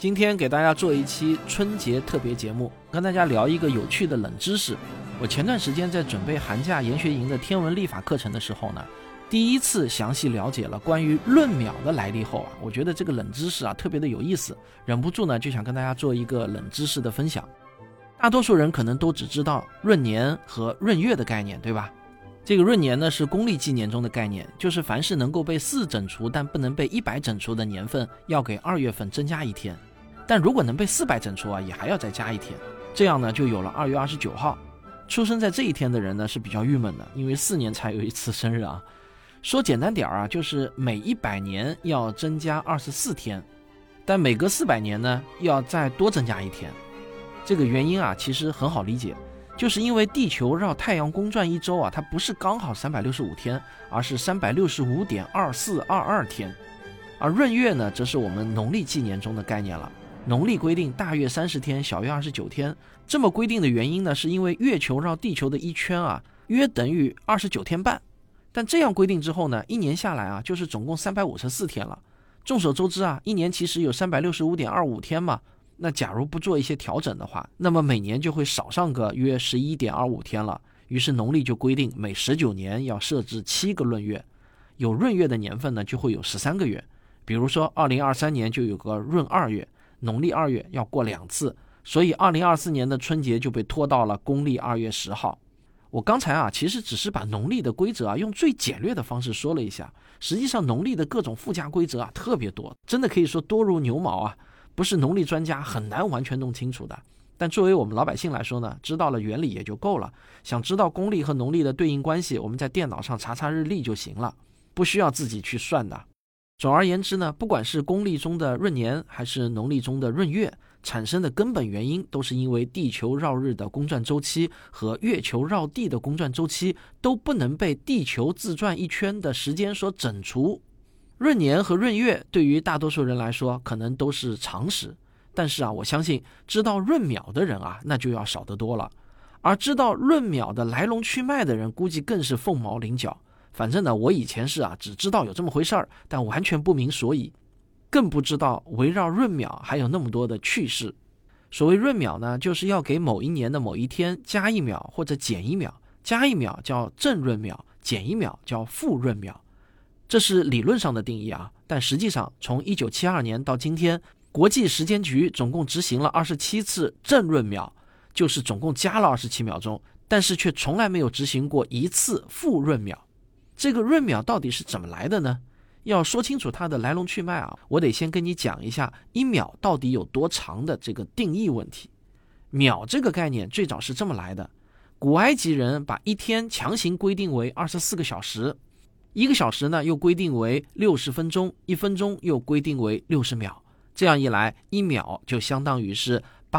今天给大家做一期春节特别节目，跟大家聊一个有趣的冷知识。我前段时间在准备寒假研学营的天文历法课程的时候呢，第一次详细了解了关于闰秒的来历后我觉得这个冷知识特别的有意思，忍不住呢就想跟大家做一个冷知识的分享。大多数人可能都只知道闰年和闰月的概念，对吧？这个闰年呢是公历纪年中的概念，就是凡是能够被4整除但不能被100整除的年份，要给2月份增加一天。但如果能被400整除也还要再加一天，这样呢就有了2月29号。出生在这一天的人呢是比较郁闷的，因为4年才有一次生日说简单点就是每100年要增加24天，但每隔400年呢要再多增加一天。这个原因其实很好理解，就是因为地球绕太阳公转一周它不是刚好365天，而是365.2422天。而闰月呢则是我们农历纪年中的概念了。农历规定大月30天，小月29天。这么规定的原因呢，是因为月球绕地球的一圈约等于29天半。但这样规定之后呢，一年下来就是总共354天了。众所周知一年其实有365.25天嘛。那假如不做一些调整的话，那么每年就会少上个约11.25天了。于是农历就规定每19年要设置7个闰月，有闰月的年份呢就会有13个月。比如说2023年就有个闰2月，农历2月要过2次，所以2024年的春节就被拖到了公历2月10号。我刚才其实只是把农历的规则用最简略的方式说了一下，实际上农历的各种附加规则特别多，真的可以说多如牛毛不是农历专家很难完全弄清楚的。但作为我们老百姓来说呢，知道了原理也就够了。想知道公历和农历的对应关系，我们在电脑上查查日历就行了，不需要自己去算的。总而言之呢，不管是公历中的闰年还是农历中的闰月，产生的根本原因都是因为地球绕日的公转周期和月球绕地的公转周期都不能被地球自转一圈的时间所整除。闰年和闰月对于大多数人来说可能都是常识，但是我相信知道闰秒的人那就要少得多了。而知道闰秒的来龙去脉的人估计更是凤毛麟角。反正呢，我以前是只知道有这么回事儿，但完全不明所以，更不知道围绕闰秒还有那么多的趣事。所谓闰秒呢，就是要给某一年的某一天加1秒或者减1秒，加1秒叫正闰秒，减1秒叫负闰秒。这是理论上的定义但实际上从1972年到今天，国际时间局总共执行了27次正闰秒，就是总共加了27秒钟，但是却从来没有执行过一次负闰秒。这个闰秒到底是怎么来的呢？要说清楚它的来龙去脉我得先跟你讲一下1秒到底有多长的这个定义问题。秒这个概念最早是这么来的，古埃及人把一天强行规定为24个小时，1个小时呢又规定为60分钟，1分钟又规定为60秒，这样一来1秒就相当于是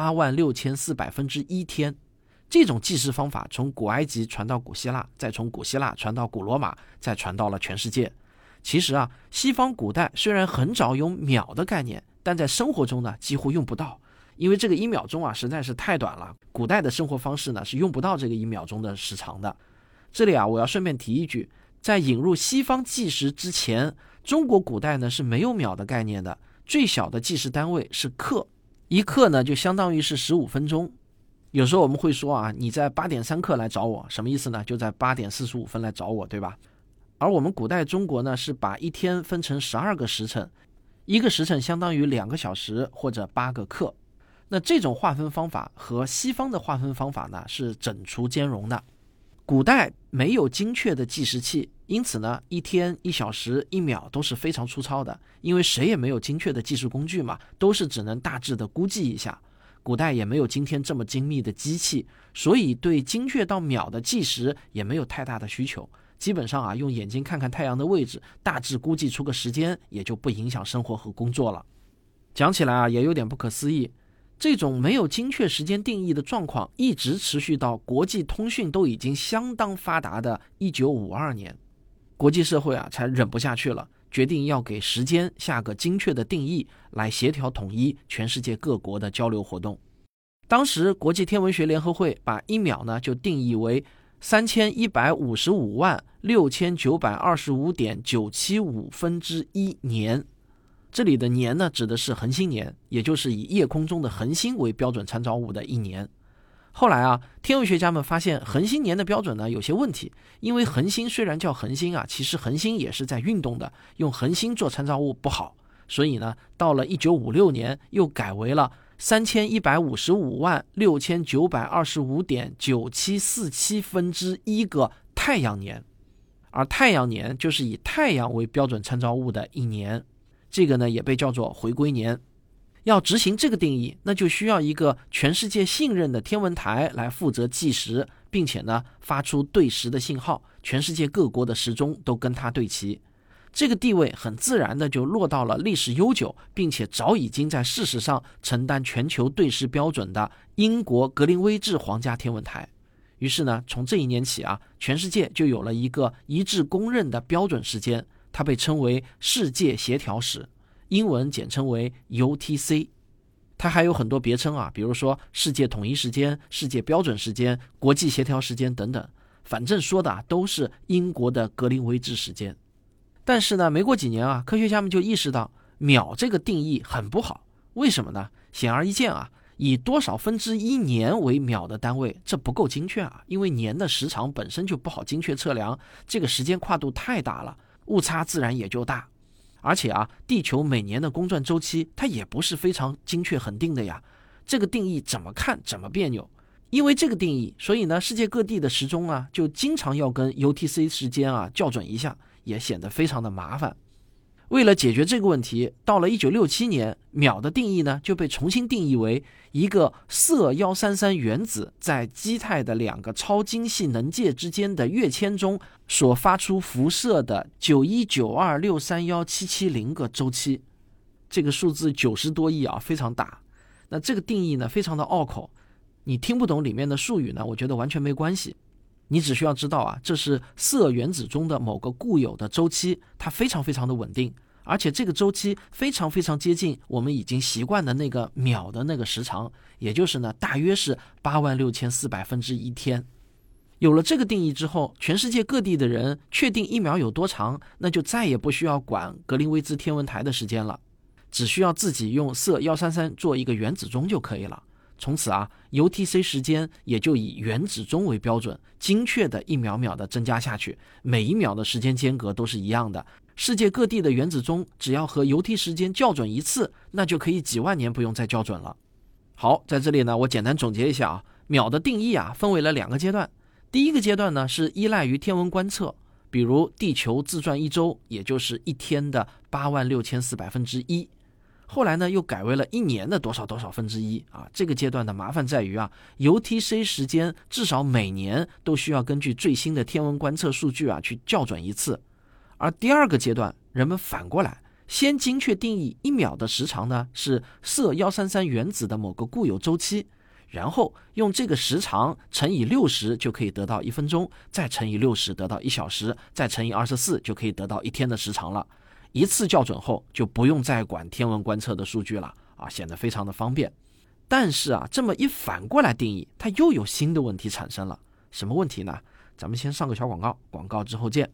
86400分之1天。这种计时方法从古埃及传到古希腊，再从古希腊传到古罗马，再传到了全世界。其实西方古代虽然很早有秒的概念，但在生活中呢几乎用不到，因为这个1秒钟实在是太短了，古代的生活方式呢是用不到这个1秒钟的时长的。这里我要顺便提一句，在引入西方计时之前，中国古代呢是没有秒的概念的，最小的计时单位是克，1克呢就相当于是15分钟。有时候我们会说你在8点3刻来找我，什么意思呢？就在8点45分来找我，对吧？而我们古代中国呢是把一天分成12个时辰，1个时辰相当于2个小时或者8个刻。那这种划分方法和西方的划分方法呢是整除兼容的。古代没有精确的计时器，因此呢1天1小时1秒都是非常粗糙的，因为谁也没有精确的计时工具嘛，都是只能大致的估计一下。古代也没有今天这么精密的机器，所以对精确到秒的计时也没有太大的需求。基本上用眼睛看看太阳的位置，大致估计出个时间，也就不影响生活和工作了。讲起来也有点不可思议，这种没有精确时间定义的状况一直持续到国际通讯都已经相当发达的1952年，国际社会才忍不下去了，决定要给时间下个精确的定义，来协调统一全世界各国的交流活动。当时国际天文学联合会把1秒呢就定义为31556925.975分之1年， 这里的年呢，指的是恒星年，也就是以夜空中的恒星为标准参照物的一年。后来啊，天文学家们发现恒星年的标准呢有些问题，因为恒星虽然叫恒星啊，其实恒星也是在运动的，用恒星做参照物不好，所以呢，到了1956年又改为了31556925.9747个太阳年，而太阳年就是以太阳为标准参照物的一年，这个呢也被叫做回归年。要执行这个定义，那就需要一个全世界信任的天文台来负责计时，并且呢发出对时的信号，全世界各国的时钟都跟它对齐。这个地位很自然的就落到了历史悠久，并且早已经在事实上承担全球对时标准的英国格林威治皇家天文台。于是呢，从这一年起啊，全世界就有了一个一致公认的标准时间，它被称为世界协调时，英文简称为 UTC。 它还有很多别称啊，比如说世界统一时间、世界标准时间、国际协调时间等等，反正说的都是英国的格林威治时间。但是呢，没过几年啊，科学家们就意识到秒这个定义很不好。为什么呢？显而易见啊，以多少分之一年为秒的单位，这不够精确啊，因为年的时长本身就不好精确测量，这个时间跨度太大了，误差自然也就大。而且啊，地球每年的公转周期它也不是非常精确恒定的呀，这个定义怎么看怎么别扭。因为这个定义，所以呢，世界各地的时钟啊，就经常要跟 UTC 时间啊校准一下，也显得非常的麻烦。为了解决这个问题，到了1967年，秒的定义呢就被重新定义为一个铯133原子在基态的两个超精细能介之间的跃迁中所发出辐射的9192631770个周期。这个数字90多亿啊，非常大。那这个定义呢非常的拗口，你听不懂里面的术语呢，我觉得完全没关系。你只需要知道啊，这是铯原子中的某个固有的周期，它非常非常的稳定，而且这个周期非常非常接近我们已经习惯的那个秒的那个时长，也就是呢大约是86400分之一天。有了这个定义之后，全世界各地的人确定一秒有多长，那就再也不需要管格林威治天文台的时间了，只需要自己用铯133做一个原子钟就可以了。从此啊 UTC 时间也就以原子钟为标准，精确的一秒秒的增加下去，每一秒的时间间隔都是一样的。世界各地的原子钟只要和 UT 时间校准一次，那就可以几万年不用再校准了。好，在这里呢，我简单总结一下啊，秒的定义啊分为了2个阶段。第一个阶段呢是依赖于天文观测，比如地球自转一周，也就是一天的86400分之一。后来呢，又改为了一年的多少多少分之一啊。这个阶段的麻烦在于啊 ，UTC 时间至少每年都需要根据最新的天文观测数据啊去校准一次。而第2个阶段，人们反过来，先精确定义一秒的时长呢是铯133原子的某个固有周期，然后用这个时长乘以60就可以得到1分钟，再乘以60得到1小时，再乘以24就可以得到1天的时长了。一次校准后就不用再管天文观测的数据了啊，显得非常的方便。但是啊，这么一反过来定义，它又有新的问题产生了。什么问题呢？咱们先上个小广告，广告之后见。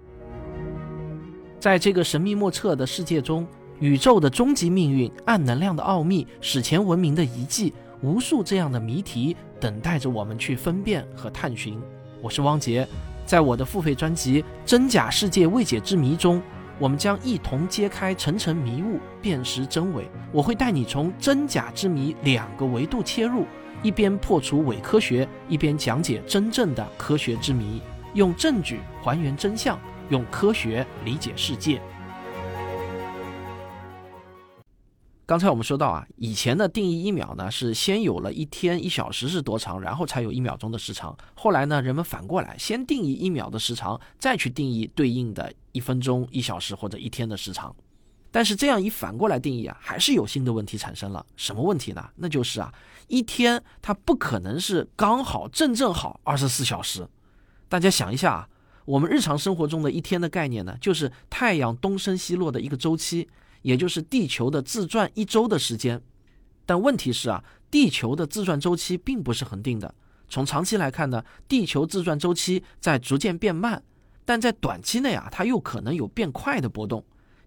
在这个神秘莫测的世界中，宇宙的终极命运、暗能量的奥秘、史前文明的遗迹，无数这样的谜题等待着我们去分辨和探寻。我是汪杰，在我的付费专辑《真假世界未解之谜》中，我们将一同揭开层层迷雾，辨识真伪。我会带你从真假之谜2个维度切入，一边破除伪科学，一边讲解真正的科学之谜，用证据还原真相，用科学理解世界。刚才我们说到啊，以前的定义1秒呢是先有了1天1小时是多长，然后才有1秒钟的时长。后来呢，人们反过来先定义1秒的时长，再去定义对应的1分钟、1小时或者1天的时长。但是这样一反过来定义啊，还是有新的问题产生了。什么问题呢？那就是啊，1天它不可能是刚好正好24小时。大家想一下啊，我们日常生活中的1天的概念呢，就是太阳东升西落的一个周期，也就是地球的自转1周的时间。但问题是啊，地球的自转周期并不是恒定的。从长期来看呢，地球自转周期在逐渐变慢，但在短期内啊，它又可能有变快的波动。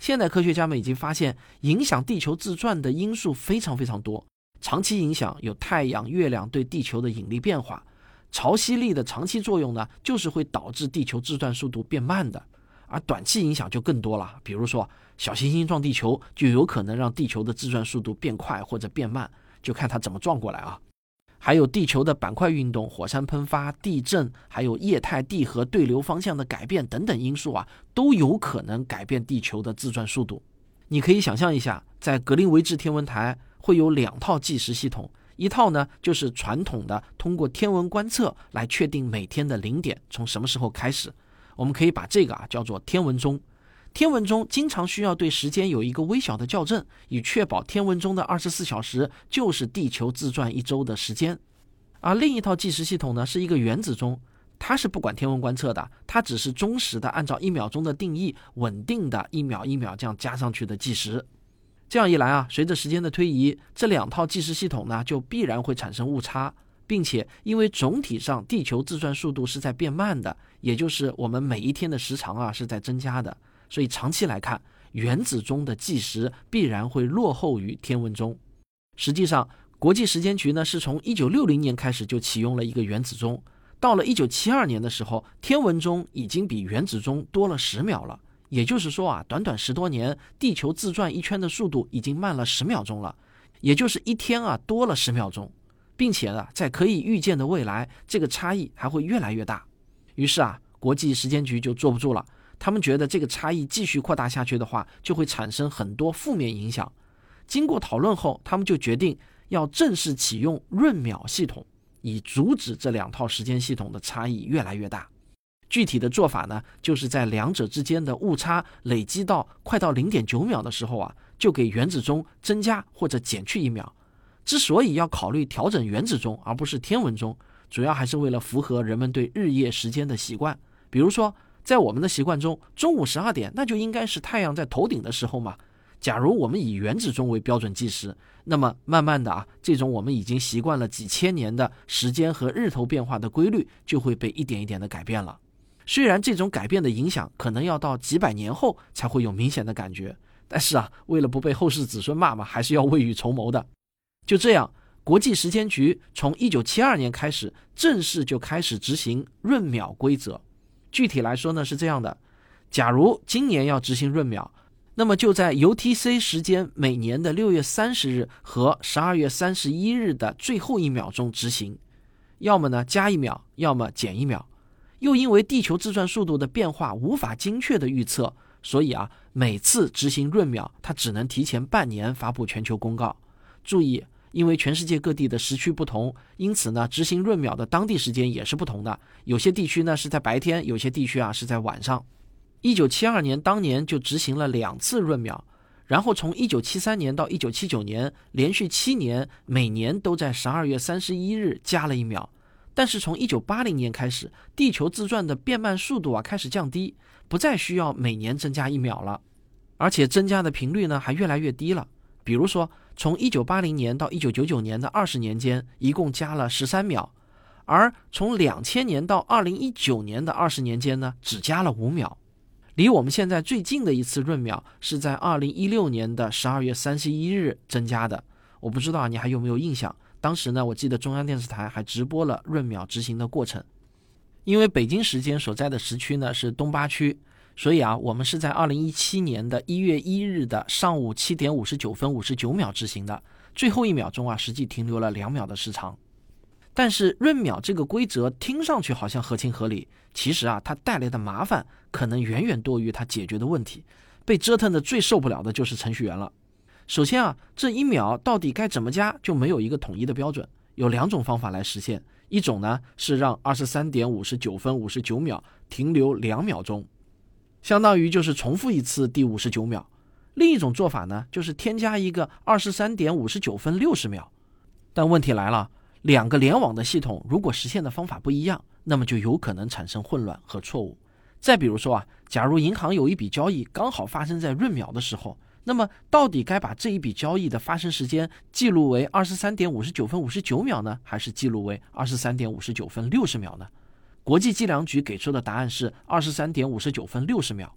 现代科学家们已经发现，影响地球自转的因素非常非常多。长期影响有太阳、月亮对地球的引力变化，潮汐力的长期作用呢，就是会导致地球自转速度变慢的。而短期影响就更多了，比如说小行星撞地球，就有可能让地球的自转速度变快或者变慢，就看它怎么撞过来啊。还有地球的板块运动、火山喷发、地震，还有液态地核对流方向的改变等等因素啊，都有可能改变地球的自转速度。你可以想象一下，在格林维治天文台会有2套计时系统，一套呢就是传统的通过天文观测来确定每天的0点从什么时候开始，我们可以把这个叫做天文钟。天文钟经常需要对时间有一个微小的校正，以确保天文钟的24小时就是地球自转1周的时间。而另一套计时系统呢是一个原子钟，它是不管天文观测的，它只是忠实的按照1秒钟的定义，稳定的1秒1秒这样加上去的计时。这样一来啊，随着时间的推移，这2套计时系统呢就必然会产生误差，并且因为总体上地球自转速度是在变慢的，也就是我们每一天的时长啊是在增加的，所以长期来看，原子钟的计时必然会落后于天文钟。实际上，国际时间局呢是从1960年开始就启用了一个原子钟，到了1972年的时候，天文钟已经比原子钟多了10秒了。也就是说啊，短短10多年，地球自转一圈的速度已经慢了10秒钟了，也就是一天啊多了10秒钟，并且呢，在可以预见的未来，这个差异还会越来越大。于是啊，国际时间局就坐不住了，他们觉得这个差异继续扩大下去的话，就会产生很多负面影响。经过讨论后，他们就决定要正式启用闰秒系统，以阻止这2套时间系统的差异越来越大。具体的做法呢，就是在2者之间的误差累积到快到 0.9 秒的时候啊，就给原子钟增加或者减去1秒。之所以要考虑调整原子钟而不是天文钟，主要还是为了符合人们对日夜时间的习惯。比如说，在我们的习惯中，中午12点那就应该是太阳在头顶的时候嘛。假如我们以原子钟为标准计时，那么慢慢的啊，这种我们已经习惯了几千年的时间和日头变化的规律就会被一点一点的改变了。虽然这种改变的影响可能要到几百年后才会有明显的感觉，但是啊，为了不被后世子孙骂嘛，还是要未雨绸缪的。就这样，国际时间局从1972年开始正式就开始执行闰秒规则。具体来说呢是这样的，假如今年要执行闰秒，那么就在 UTC 时间每年的6月30日和12月31日的最后1秒钟执行，要么呢加1秒，要么减1秒。又因为地球自转速度的变化无法精确的预测，所以啊，每次执行闰秒，它只能提前半年发布全球公告。注意，因为全世界各地的时区不同，因此呢，执行闰秒的当地时间也是不同的。有些地区呢是在白天，有些地区啊是在晚上。1972年当年就执行了2次闰秒，然后从1973年到1979年，连续7年，每年都在12月31日加了1秒。但是从1980年开始，地球自转的变慢速度啊开始降低，不再需要每年增加1秒了，而且增加的频率呢还越来越低了。比如说，从1980年到1999年的20年间，一共加了13秒，而从2000年到2019年的20年间呢，只加了5秒。离我们现在最近的一次闰秒是在2016年的12月31日增加的。我不知道你还有没有印象，当时呢，我记得中央电视台还直播了闰秒执行的过程。因为北京时间所在的时区呢是东八区，所以啊，我们是在2017年的1月1日的上午7点59分59秒执行的，最后1秒钟啊，实际停留了2秒的时长。但是闰秒这个规则听上去好像合情合理，其实啊，它带来的麻烦可能远远多于它解决的问题。被折腾的最受不了的就是程序员了。首先啊，这1秒到底该怎么加就没有一个统一的标准，有2种方法来实现。一种呢是让23点59分59秒停留2秒钟，相当于就是重复一次第59秒。另一种做法呢就是添加一个23点59分60秒。但问题来了，2个联网的系统如果实现的方法不一样，那么就有可能产生混乱和错误。再比如说啊，假如银行有一笔交易刚好发生在闰秒的时候，那么到底该把这一笔交易的发生时间记录为23点59分59秒呢，还是记录为23点59分60秒呢？国际计量局给出的答案是23点59分60秒。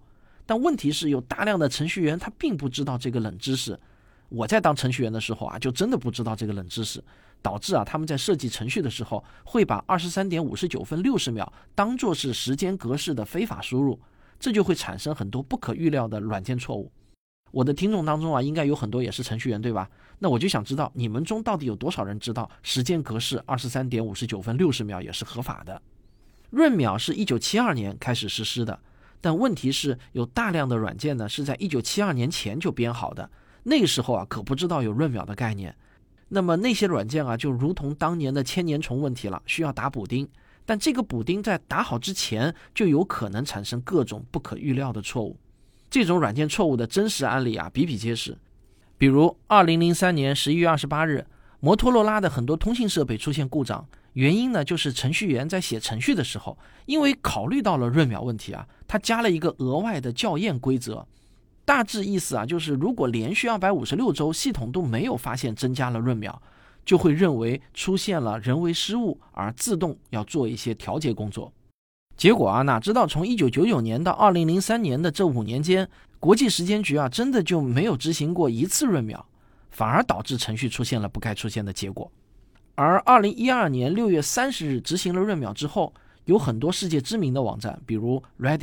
但问题是有大量的程序员他并不知道这个冷知识。我在当程序员的时候啊，就真的不知道这个冷知识，导致啊他们在设计程序的时候会把23点59分60秒当作是时间格式的非法输入，这就会产生很多不可预料的软件错误。我的听众当中啊，应该有很多也是程序员，对吧？那我就想知道你们中到底有多少人知道时间格式23点59分60秒也是合法的。闰秒是1972年开始实施的，但问题是有大量的软件呢是在1972年前就编好的，那个时候啊可不知道有闰秒的概念。那么那些软件啊就如同当年的千年虫问题了，需要打补丁，但这个补丁在打好之前就有可能产生各种不可预料的错误。这种软件错误的真实案例啊比比皆是。比如2003年11月28日，摩托罗拉的很多通信设备出现故障，原因呢就是程序员在写程序的时候，因为考虑到了闰秒问题啊，他加了一个额外的校验规则。大致意思啊就是如果连续256周系统都没有发现增加了闰秒，就会认为出现了人为失误，而自动要做一些调节工作。结果啊，哪知道从1999年到2003年的这5年间，国际时间局啊真的就没有执行过一次闰秒，反而导致程序出现了不该出现的结果。而2012年6月30日执行了闰秒之后，有很多世界知名的网站，比如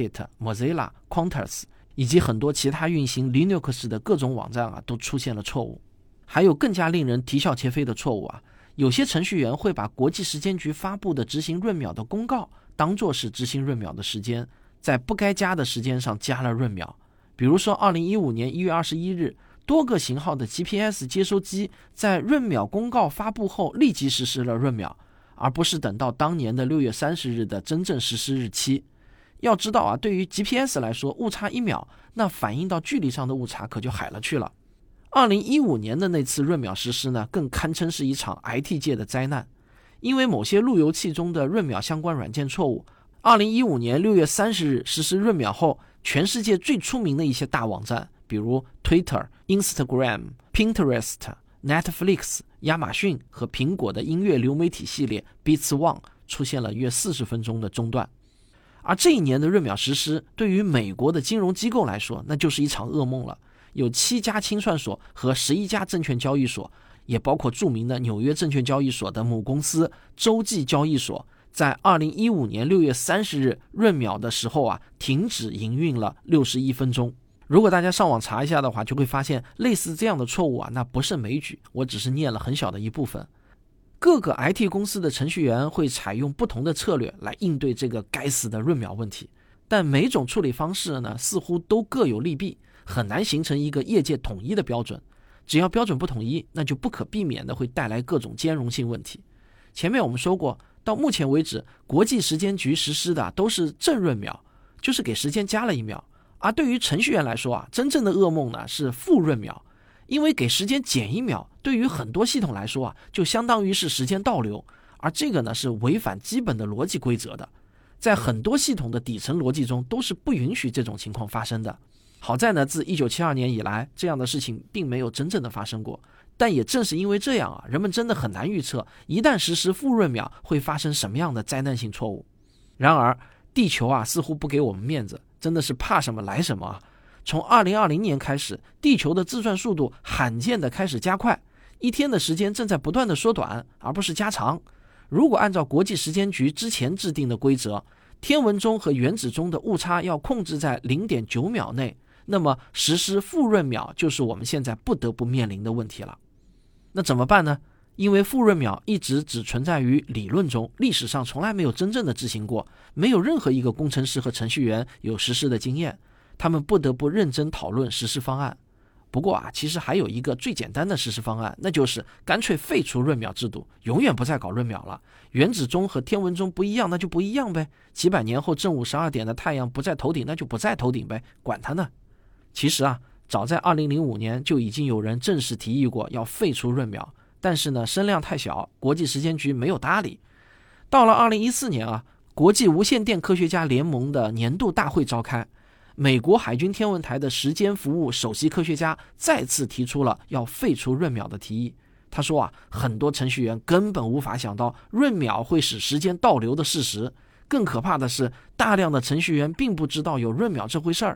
Reddit、Mozilla、Qantas 以及很多其他运行 Linux 的各种网站啊，都出现了错误。还有更加令人啼笑皆非的错误啊，有些程序员会把国际时间局发布的执行闰秒的公告当作是执行闰秒的时间，在不该加的时间上加了闰秒。比如说2015年1月21日，多个型号的 GPS 接收机在闰秒公告发布后立即实施了闰秒，而不是等到当年的6月30日的真正实施日期。要知道啊，对于 GPS 来说，误差1秒，那反映到距离上的误差可就海了去了。2015年的那次闰秒实施呢，更堪称是一场 IT 界的灾难。因为某些路由器中的闰秒相关软件错误，2015年6月30日实施闰秒后，全世界最出名的一些大网站，比如 Twitter、Instagram、Pinterest、Netflix、亚马逊和苹果的音乐流媒体系列 Beats One 出现了约40分钟的中断。而这一年的闰秒实施，对于美国的金融机构来说，那就是一场噩梦了。有7家清算所和11家证券交易所，也包括著名的纽约证券交易所的母公司洲际交易所，在2015年6月30日闰秒的时候啊，停止营运了61分钟。如果大家上网查一下的话，就会发现类似这样的错误啊，那不胜枚举，我只是念了很小的一部分。各个 IT 公司的程序员会采用不同的策略来应对这个该死的闰秒问题，但每种处理方式呢，似乎都各有利弊，很难形成一个业界统一的标准。只要标准不统一，那就不可避免的会带来各种兼容性问题。前面我们说过，到目前为止，国际时间局实施的都是正闰秒，就是给时间加了1秒。而对于程序员来说啊，真正的噩梦呢是负闰秒，因为给时间减1秒，对于很多系统来说啊，就相当于是时间倒流，而这个呢是违反基本的逻辑规则的，在很多系统的底层逻辑中都是不允许这种情况发生的。好在呢，自1972年以来，这样的事情并没有真正的发生过。但也正是因为这样啊，人们真的很难预测一旦实施负闰秒会发生什么样的灾难性错误。然而地球啊似乎不给我们面子，真的是怕什么来什么啊。从2020年开始，地球的自转速度罕见的开始加快，一天的时间正在不断的缩短，而不是加长。如果按照国际时间局之前制定的规则，天文钟和原子钟的误差要控制在 0.9 秒内，那么实施负闰秒就是我们现在不得不面临的问题了。那怎么办呢？因为负闰秒一直只存在于理论中，历史上从来没有真正的执行过，没有任何一个工程师和程序员有实施的经验，他们不得不认真讨论实施方案。不过啊，其实还有一个最简单的实施方案，那就是干脆废除闰秒制度，永远不再搞闰秒了。原子钟和天文钟不一样，那就不一样呗。几百年后正午12点的太阳不在头顶，那就不在头顶呗，管它呢。其实啊，早在2005年就已经有人正式提议过要废除闰秒，但是呢，声量太小，国际时间局没有搭理。到了2014年啊，国际无线电科学家联盟的年度大会召开，美国海军天文台的时间服务首席科学家再次提出了要废除闰秒的提议。他说啊，很多程序员根本无法想到闰秒会使时间倒流的事实，更可怕的是，大量的程序员并不知道有闰秒这回事儿。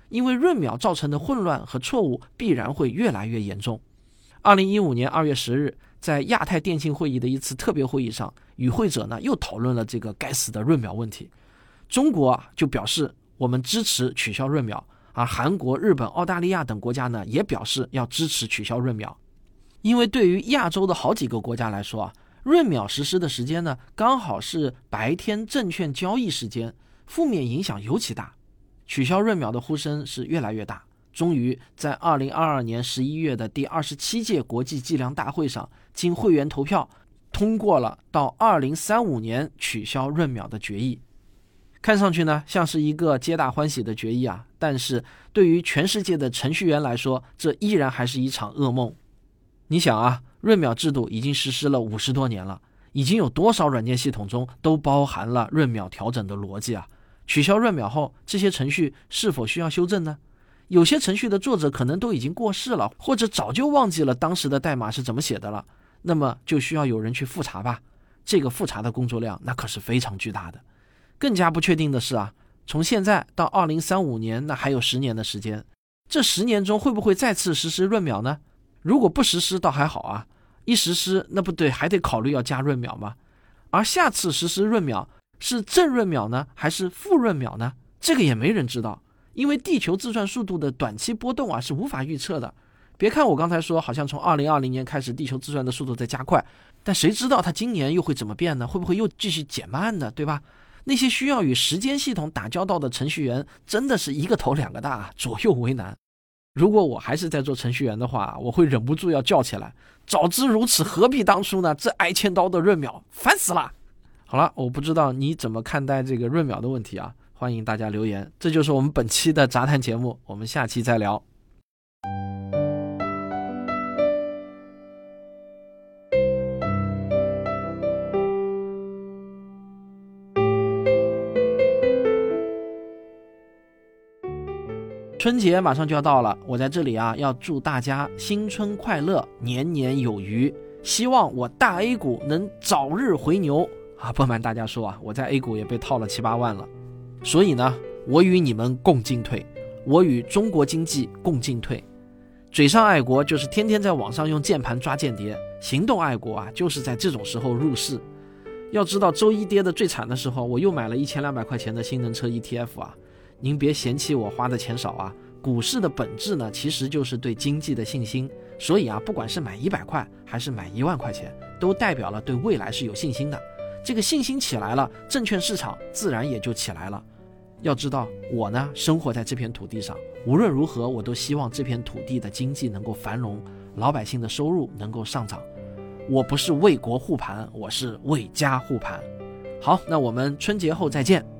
因为闰秒造成的混乱和错误必然会越来越严重。2015年2月10日，在亚太电信会议的一次特别会议上，与会者呢又讨论了这个该死的闰秒问题。中国就表示我们支持取消闰秒，而韩国、日本、澳大利亚等国家呢也表示要支持取消闰秒。因为对于亚洲的好几个国家来说闰秒实施的时间呢刚好是白天证券交易时间，负面影响尤其大。取消闰秒的呼声是越来越大，终于在2022年11月的第27届国际计量大会上，经会员投票通过了到2035年取消闰秒的决议。看上去呢像是一个皆大欢喜的决议但是对于全世界的程序员来说，这依然还是一场噩梦。你想闰秒制度已经实施了50多年了，已经有多少软件系统中都包含了闰秒调整的逻辑取消闰秒后，这些程序是否需要修正呢？有些程序的作者可能都已经过世了，或者早就忘记了当时的代码是怎么写的了，那么就需要有人去复查吧。这个复查的工作量那可是非常巨大的。更加不确定的是从现在到2035年那还有10年的时间，这10年中会不会再次实施闰秒呢？如果不实施倒还好一实施那不对还得考虑要加闰秒吗？而下次实施闰秒是正闰秒呢还是负闰秒呢？这个也没人知道，因为地球自转速度的短期波动是无法预测的。别看我刚才说好像从2020年开始地球自转的速度在加快，但谁知道它今年又会怎么变呢？会不会又继续减慢呢？对吧？那些需要与时间系统打交道的程序员真的是一个头两个大，左右为难。如果我还是在做程序员的话，我会忍不住要叫起来，早知如此何必当初呢？这挨千刀的闰秒烦死了。好了，我不知道你怎么看待这个闰秒的问题欢迎大家留言。这就是我们本期的杂谈节目，我们下期再聊。春节马上就要到了，我在这里要祝大家新春快乐，年年有余。希望我大 A 股能早日回牛不瞒大家说我在 A 股也被套了7、8万了。所以呢，我与你们共进退，我与中国经济共进退。嘴上爱国就是天天在网上用键盘抓间谍，行动爱国就是在这种时候入市。要知道周一跌的最惨的时候，我又买了1200块钱的新能车 ETF 您别嫌弃我花的钱少股市的本质呢其实就是对经济的信心，所以不管是买100块还是买1万块钱，都代表了对未来是有信心的。这个信心起来了，证券市场自然也就起来了。要知道我呢生活在这片土地上，无论如何我都希望这片土地的经济能够繁荣，老百姓的收入能够上涨。我不是为国护盘，我是为家护盘。好，那我们春节后再见。